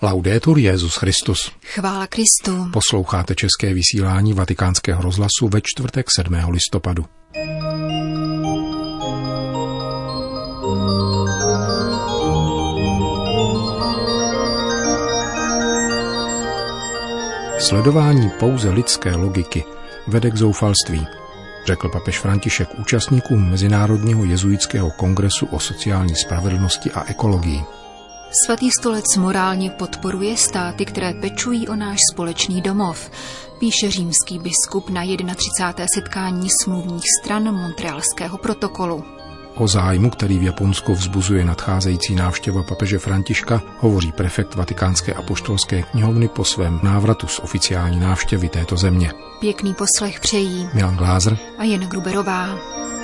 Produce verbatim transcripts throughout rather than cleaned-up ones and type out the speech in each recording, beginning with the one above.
Laudetur Jesus Christus. Chvála Kristu. Posloucháte české vysílání Vatikánského rozhlasu ve čtvrtek sedmého listopadu. Sledování pouze lidské logiky vede k zoufalství, řekl papež František účastníkům Mezinárodního jezuitského kongresu o sociální spravedlnosti a ekologii. Svatý stolec morálně podporuje státy, které pečují o náš společný domov, píše římský biskup na třicátém prvním setkání smluvních stran Montrealského protokolu. O zájmu, který v Japonsku vzbuzuje nadcházející návštěva papeže Františka, hovoří prefekt Vatikánské apoštolské knihovny po svém návratu z oficiální návštěvy této země. Pěkný poslech přejí Milan Glázer a Jana Gruberová.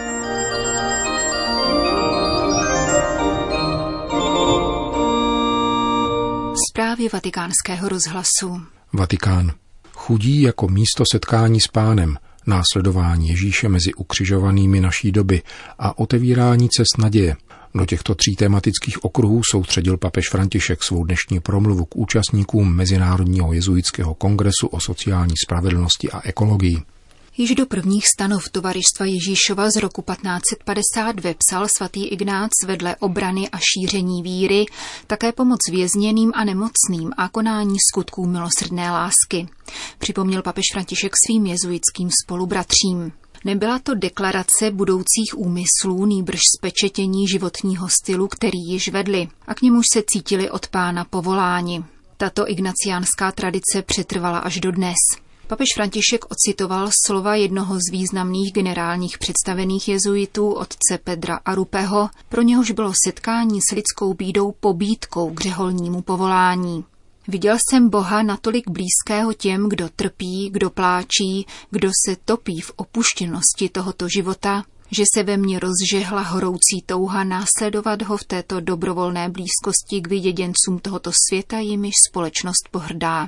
Zprávy Vatikánského rozhlasu. Vatikán. Chudí jako místo setkání s Pánem, následování Ježíše mezi ukřižovanými naší doby a otevírání cest naděje. Do těchto tří tematických okruhů soustředil papež František svou dnešní promluvu k účastníkům Mezinárodního jezuitského kongresu o sociální spravedlnosti a ekologii. Již do prvních stanov Tovaristva Ježíšova z roku patnáct set padesát vepsal svatý Ignác vedle obrany a šíření víry také pomoc vězněným a nemocným a konání skutků milosrdné lásky. Připomněl papež František svým jezuitským spolubratřím. Nebyla to deklarace budoucích úmyslů, nýbrž zpečetění životního stylu, který již vedli a k němuž se cítili od Pána povoláni. Tato ignaciánská tradice přetrvala až dodnes. Papež František ocitoval slova jednoho z významných generálních představených jezuitů, otce Pedra Arupeho, pro něhož bylo setkání s lidskou bídou pobídkou k řeholnímu povolání. Viděl jsem Boha natolik blízkého těm, kdo trpí, kdo pláčí, kdo se topí v opuštěnosti tohoto života, že se ve mně rozžehla horoucí touha následovat ho v této dobrovolné blízkosti k vyděděncům tohoto světa, jimiž společnost pohrdá.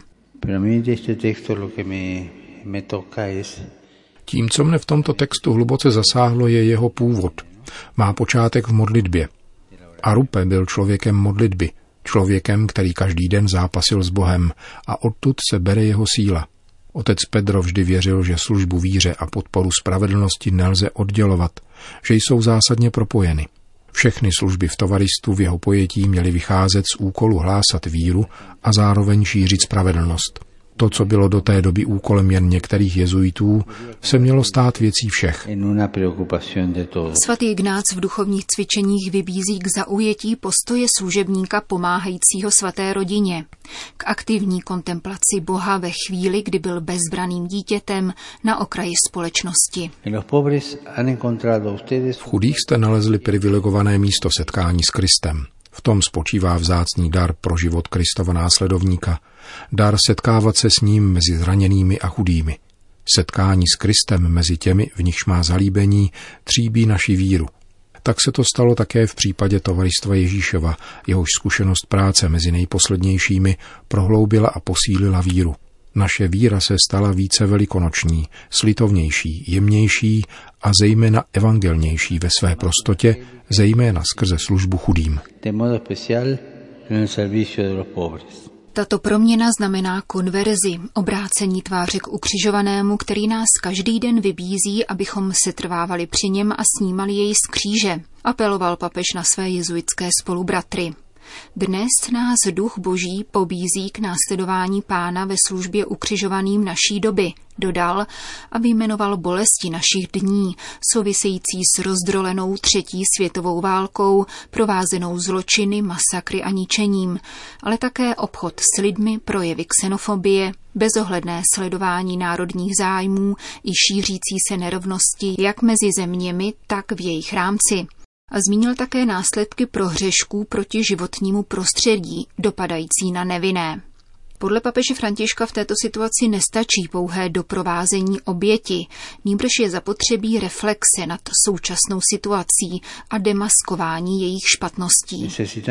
Tím, co mne v tomto textu hluboce zasáhlo, je jeho původ. Má počátek v modlitbě. Arupe byl člověkem modlitby, člověkem, který každý den zápasil s Bohem a odtud se bere jeho síla. Otec Pedro vždy věřil, že službu víře a podporu spravedlnosti nelze oddělovat, že jsou zásadně propojeny. Všechny služby v tovaristu v jeho pojetí měly vycházet z úkolu hlásat víru a zároveň šířit spravedlnost. To, co bylo do té doby úkolem jen některých jezuitů, se mělo stát věcí všech. Svatý Ignác v duchovních cvičeních vybízí k zaujetí postoje služebníka pomáhajícího svaté rodině, k aktivní kontemplaci Boha ve chvíli, kdy byl bezbranným dítětem na okraji společnosti. V chudých jste nalezli privilegované místo setkání s Kristem. V tom spočívá vzácný dar pro život Kristova následovníka, dar setkávat se s ním mezi zraněnými a chudými. Setkání s Kristem mezi těmi, v nichž má zalíbení, tříbí naši víru. Tak se to stalo také v případě Tovaristva Ježíšova, jehož zkušenost práce mezi nejposlednějšími prohloubila a posílila víru. Naše víra se stala více velikonoční, slitovnější, jemnější a zejména evangelnější ve své prostotě, zejména skrze službu chudým. Tato proměna znamená konverzi, obrácení tváře k ukřižovanému, který nás každý den vybízí, abychom se trvávali při něm a snímali jej z kříže, apeloval papež na své jezuitské spolubratry. Dnes nás Duch Boží pobízí k následování Pána ve službě ukřižovaným naší doby, dodal a vyjmenoval bolesti našich dní, související s rozdrolenou třetí světovou válkou, provázenou zločiny, masakry a ničením, ale také obchod s lidmi, projevy xenofobie, bezohledné sledování národních zájmů i šířící se nerovnosti jak mezi zeměmi, tak v jejich rámci. A zmínil také následky prohřešků proti životnímu prostředí, dopadající na nevinné. Podle papeže Františka v této situaci nestačí pouhé doprovázení oběti, nýbrž je zapotřebí reflexe nad současnou situací a demaskování jejich špatností.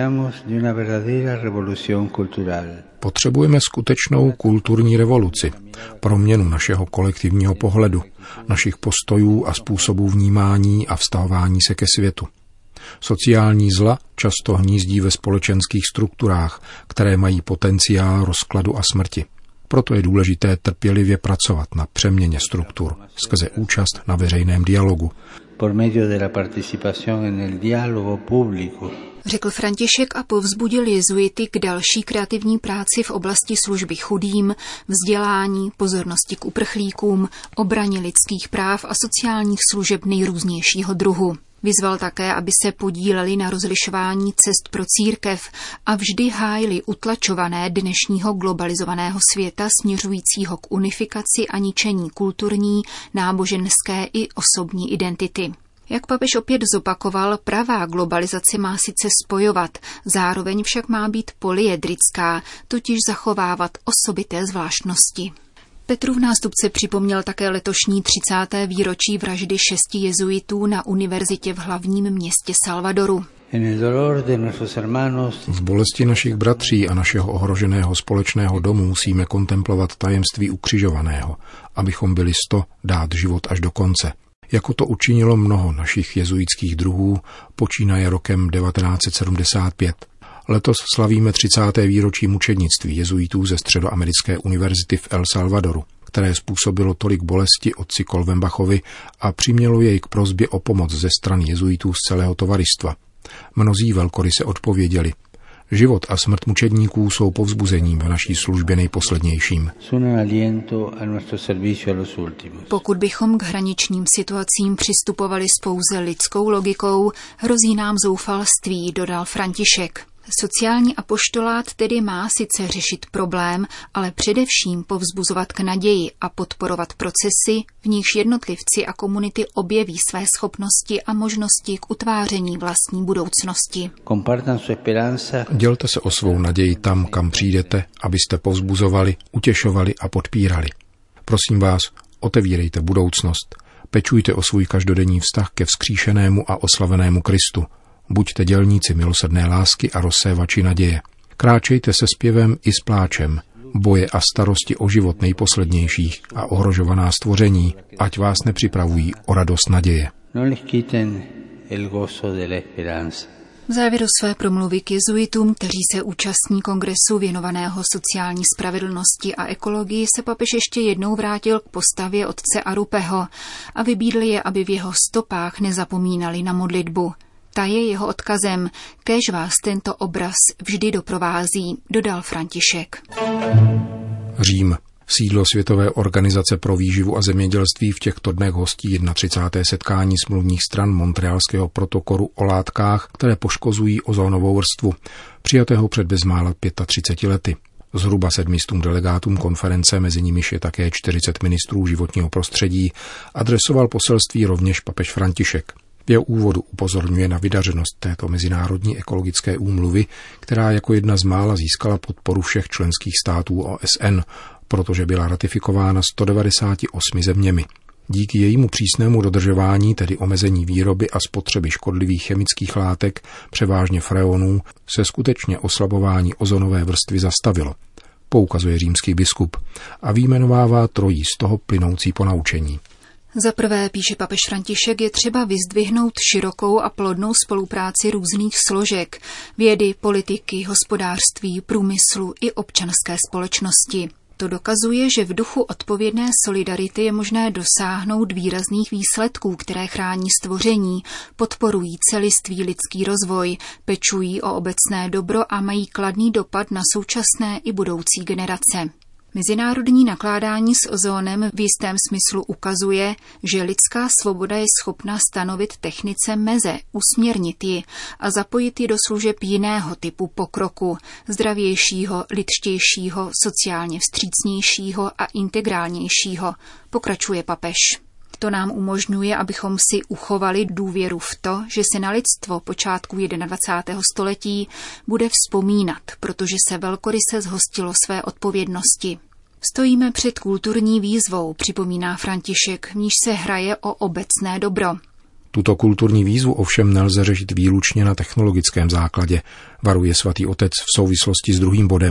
Potřebujeme skutečnou kulturní revoluci, proměnu našeho kolektivního pohledu, našich postojů a způsobů vnímání a vztahování se ke světu. Sociální zla často hnízdí ve společenských strukturách, které mají potenciál rozkladu a smrti. Proto je důležité trpělivě pracovat na přeměně struktur skrze účast na veřejném dialogu. Řekl František a povzbudil jezuity k další kreativní práci v oblasti služby chudým, vzdělání, pozornosti k uprchlíkům, obraně lidských práv a sociálních služeb nejrůznějšího druhu. Vyzval také, aby se podíleli na rozlišování cest pro církev a vždy hájili utlačované dnešního globalizovaného světa směřujícího k unifikaci a ničení kulturní, náboženské i osobní identity. Jak papež opět zopakoval, pravá globalizace má sice spojovat, zároveň však má být polyedrická, totiž zachovávat osobité zvláštnosti. Petrův nástupce připomněl také letošní třicáté výročí vraždy šesti jezuitů na univerzitě v hlavním městě Salvadoru. V bolesti našich bratří a našeho ohroženého společného domu musíme kontemplovat tajemství ukřižovaného, abychom byli sto dát život až do konce. Jako to učinilo mnoho našich jezuitských druhů, počínaje rokem devatenáct set sedmdesát pět. Letos slavíme třicáté výročí mučednictví jezuitů ze Středoamerické univerzity v El Salvadoru, které způsobilo tolik bolesti otci Kolvenbachovi a přimělo jej k prosbě o pomoc ze strany jezuitů z celého tovaristva. Mnozí velkoryse odpověděli. Život a smrt mučedníků jsou povzbuzením v naší službě nejposlednějším. Pokud bychom k hraničním situacím přistupovali s pouze lidskou logikou, hrozí nám zoufalství, dodal František. Sociální apoštolát tedy má sice řešit problém, ale především povzbuzovat k naději a podporovat procesy, v nichž jednotlivci a komunity objeví své schopnosti a možnosti k utváření vlastní budoucnosti. Dělte se o svou naději tam, kam přijdete, abyste povzbuzovali, utěšovali a podpírali. Prosím vás, otevírejte budoucnost. Pečujte o svůj každodenní vztah ke vzkříšenému a oslavenému Kristu. Buďte dělníci milosrdné lásky a rozsévači naděje. Kráčejte se zpěvem i s pláčem. Boje a starosti o život nejposlednějších a ohrožovaná stvoření, ať vás nepřipravují o radost naděje. V závěru své promluvy k jezuitům, kteří se účastní kongresu věnovaného sociální spravedlnosti a ekologii, se papež ještě jednou vrátil k postavě otce Arupeho a vybídl je, aby v jeho stopách nezapomínali na modlitbu. Ta je jeho odkazem, kéž vás tento obraz vždy doprovází, dodal František. Řím. Sídlo Světové organizace pro výživu a zemědělství v těchto dnech hostí třicáté první setkání smluvních stran Montrealského protokolu o látkách, které poškozují ozónovou vrstvu, přijatého před bezmála třiceti pěti lety. Zhruba sedmistům delegátům konference, mezi nimiž je také čtyřicet ministrů životního prostředí, adresoval poselství rovněž papež František. V jeho úvodu upozorňuje na vydařenost této mezinárodní ekologické úmluvy, která jako jedna z mála získala podporu všech členských států O S N, protože byla ratifikována sto devadesáti osmi zeměmi. Díky jejímu přísnému dodržování, tedy omezení výroby a spotřeby škodlivých chemických látek, převážně freonů, se skutečně oslabování ozonové vrstvy zastavilo, poukazuje římský biskup a vyjmenovává trojí z toho plynoucí ponaučení. Za prvé, píše papež František, je třeba vyzdvihnout širokou a plodnou spolupráci různých složek, vědy, politiky, hospodářství, průmyslu i občanské společnosti. To dokazuje, že v duchu odpovědné solidarity je možné dosáhnout výrazných výsledků, které chrání stvoření, podporují celistvý lidský rozvoj, pečují o obecné dobro a mají kladný dopad na současné i budoucí generace. Mezinárodní nakládání s ozónem v jistém smyslu ukazuje, že lidská svoboda je schopna stanovit technice meze, usměrnit ji a zapojit ji do služeb jiného typu pokroku, zdravějšího, lidštějšího, sociálně vstřícnějšího a integrálnějšího, pokračuje papež. To nám umožňuje, abychom si uchovali důvěru v to, že se na lidstvo počátku dvacátého prvního století bude vzpomínat, protože se velkoryse zhostilo své odpovědnosti. Stojíme před kulturní výzvou, připomíná František, v níž se hraje o obecné dobro. Tuto kulturní výzvu ovšem nelze řešit výlučně na technologickém základě, varuje svatý otec v souvislosti s druhým bodem.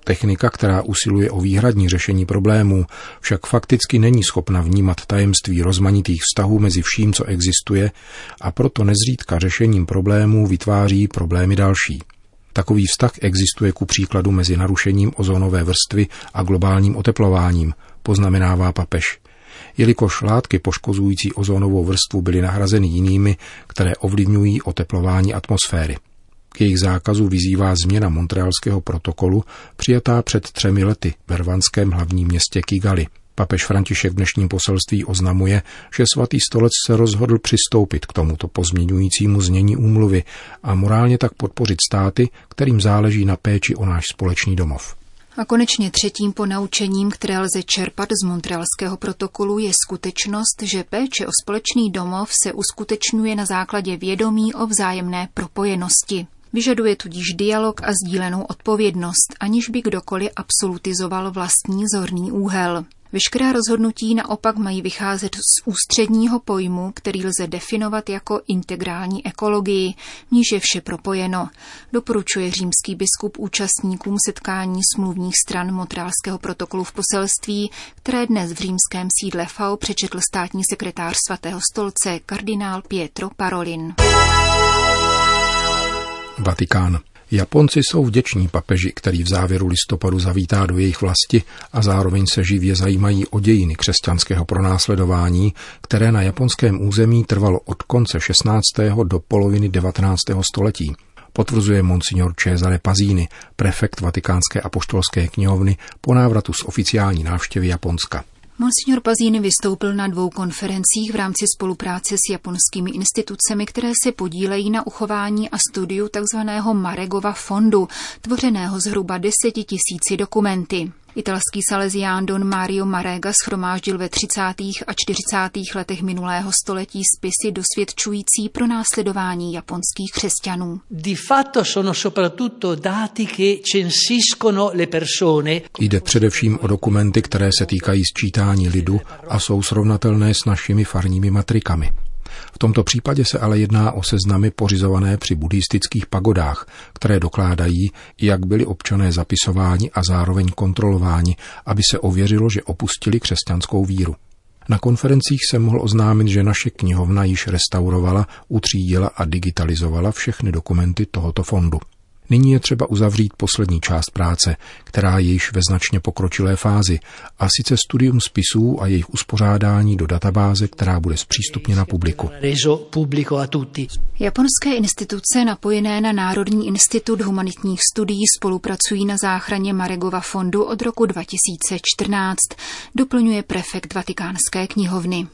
Technika, která usiluje o výhradní řešení problémů, však fakticky není schopna vnímat tajemství rozmanitých vztahů mezi vším, co existuje, a proto nezřídka řešením problémů vytváří problémy další. Takový vztah existuje ku příkladu mezi narušením ozónové vrstvy a globálním oteplováním, poznamenává papež. Jelikož látky poškozující ozónovou vrstvu byly nahrazeny jinými, které ovlivňují oteplování atmosféry. K jejich zákazu vyzývá změna Montrealského protokolu, přijatá před třemi lety v rwandském hlavním městě Kigali. Papež František v dnešním poselství oznamuje, že svatý stolec se rozhodl přistoupit k tomuto pozměňujícímu znění úmluvy a morálně tak podpořit státy, kterým záleží na péči o náš společný domov. A konečně třetím ponaučením, které lze čerpat z Montrealského protokolu, je skutečnost, že péče o společný domov se uskutečňuje na základě vědomí o vzájemné propojenosti. Vyžaduje tudíž dialog a sdílenou odpovědnost, aniž by kdokoliv absolutizoval vlastní zorný úhel. Veškerá rozhodnutí naopak mají vycházet z ústředního pojmu, který lze definovat jako integrální ekologii, v níž je vše propojeno, doporučuje římský biskup účastníkům setkání smluvních stran Montrealského protokolu v poselství, které dnes v římském sídle F A U přečetl státní sekretář svatého stolce kardinál Pietro Parolin. Vatikán. Japonci jsou vděční papeži, který v závěru listopadu zavítá do jejich vlasti, a zároveň se živě zajímají o dějiny křesťanského pronásledování, které na japonském území trvalo od konce šestnáctého do poloviny devatenáctého století. Potvrzuje monsignor Cesare Pazini, prefekt Vatikánské apoštolské knihovny, po návratu z oficiální návštěvy Japonska. Monsignor Pazini vystoupil na dvou konferencích v rámci spolupráce s japonskými institucemi, které se podílejí na uchování a studiu tzv. Maregova fondu, tvořeného zhruba deseti tisíci dokumenty. Italský salezián Don Mario Marega shromáždil ve třicátých a čtyřicátých letech minulého století spisy dosvědčující pronásledování japonských křesťanů. Di fatto sono soprattutto dati che censiscono le persone. Jde především o dokumenty, které se týkají sčítání lidu a jsou srovnatelné s našimi farními matrikami. V tomto případě se ale jedná o seznamy pořizované při buddhistických pagodách, které dokládají, jak byli občané zapisováni a zároveň kontrolováni, aby se ověřilo, že opustili křesťanskou víru. Na konferencích se mohl oznámit, že naše knihovna již restaurovala, utřídila a digitalizovala všechny dokumenty tohoto fondu. Nyní je třeba uzavřít poslední část práce, která je již ve značně pokročilé fázi, a sice studium spisů a jejich uspořádání do databáze, která bude zpřístupněna publiku. Japonské instituce napojené na Národní institut humanitních studií spolupracují na záchraně Maregova fondu od roku dva tisíce čtrnáct, doplňuje prefekt Vatikánské knihovny.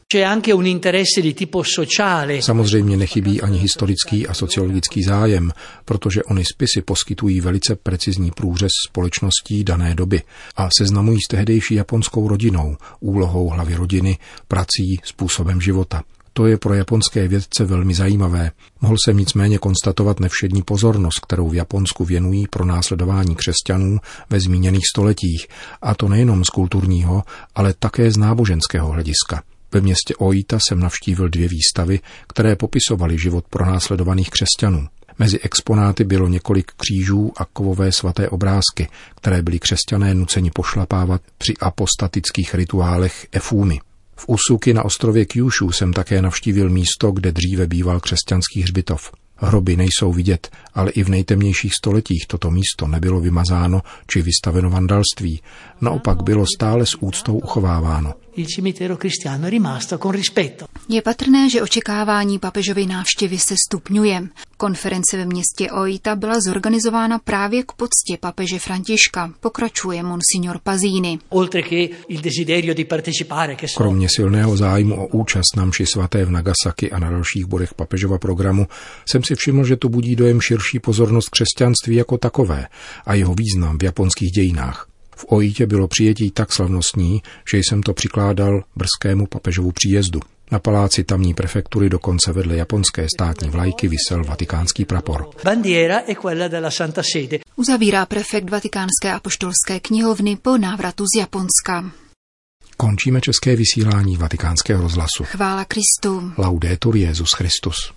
Samozřejmě nechybí ani historický a sociologický zájem, protože ony spisy poskytují velice precizní průřez společností dané doby a seznamují s tehdejší japonskou rodinou, úlohou hlavy rodiny, prací, způsobem života. To je pro japonské vědce velmi zajímavé. Mohl jsem nicméně konstatovat nevšední pozornost, kterou v Japonsku věnují pro následování křesťanů ve zmíněných stoletích, a to nejenom z kulturního, ale také z náboženského hlediska. Ve městě Oita jsem navštívil dvě výstavy, které popisovaly život pronásledovaných křesťanů. Mezi exponáty bylo několik křížů a kovové svaté obrázky, které byli křesťané nuceni pošlapávat při apostatických rituálech efúmy. V Usuki na ostrově Kyushu jsem také navštívil místo, kde dříve býval křesťanský hřbitov. Hroby nejsou vidět, ale i v nejtemnějších stoletích toto místo nebylo vymazáno či vystaveno vandalství. Naopak bylo stále s úctou uchováváno. Je patrné, že očekávání papežovy návštěvy se stupňuje. Konference ve městě Oita byla zorganizována právě k poctě papeže Františka, pokračuje monsignor Pazini. Kromě silného zájmu o účast na mši svaté v Nagasaki a na dalších bodech papežova programu jsem si všiml, že to budí dojem širší pozornost křesťanství jako takové a jeho význam v japonských dějinách. V Oitě bylo přijetí tak slavnostní, že jsem to přikládal brzkému papežovu příjezdu. Na paláci tamní prefektury dokonce vedle japonské státní vlajky visel vatikánský prapor. Uzavírá prefekt Vatikánské apoštolské knihovny po návratu z Japonska. Končíme české vysílání Vatikánského rozhlasu. Chvála Kristu. Laudetur Jesus Christus.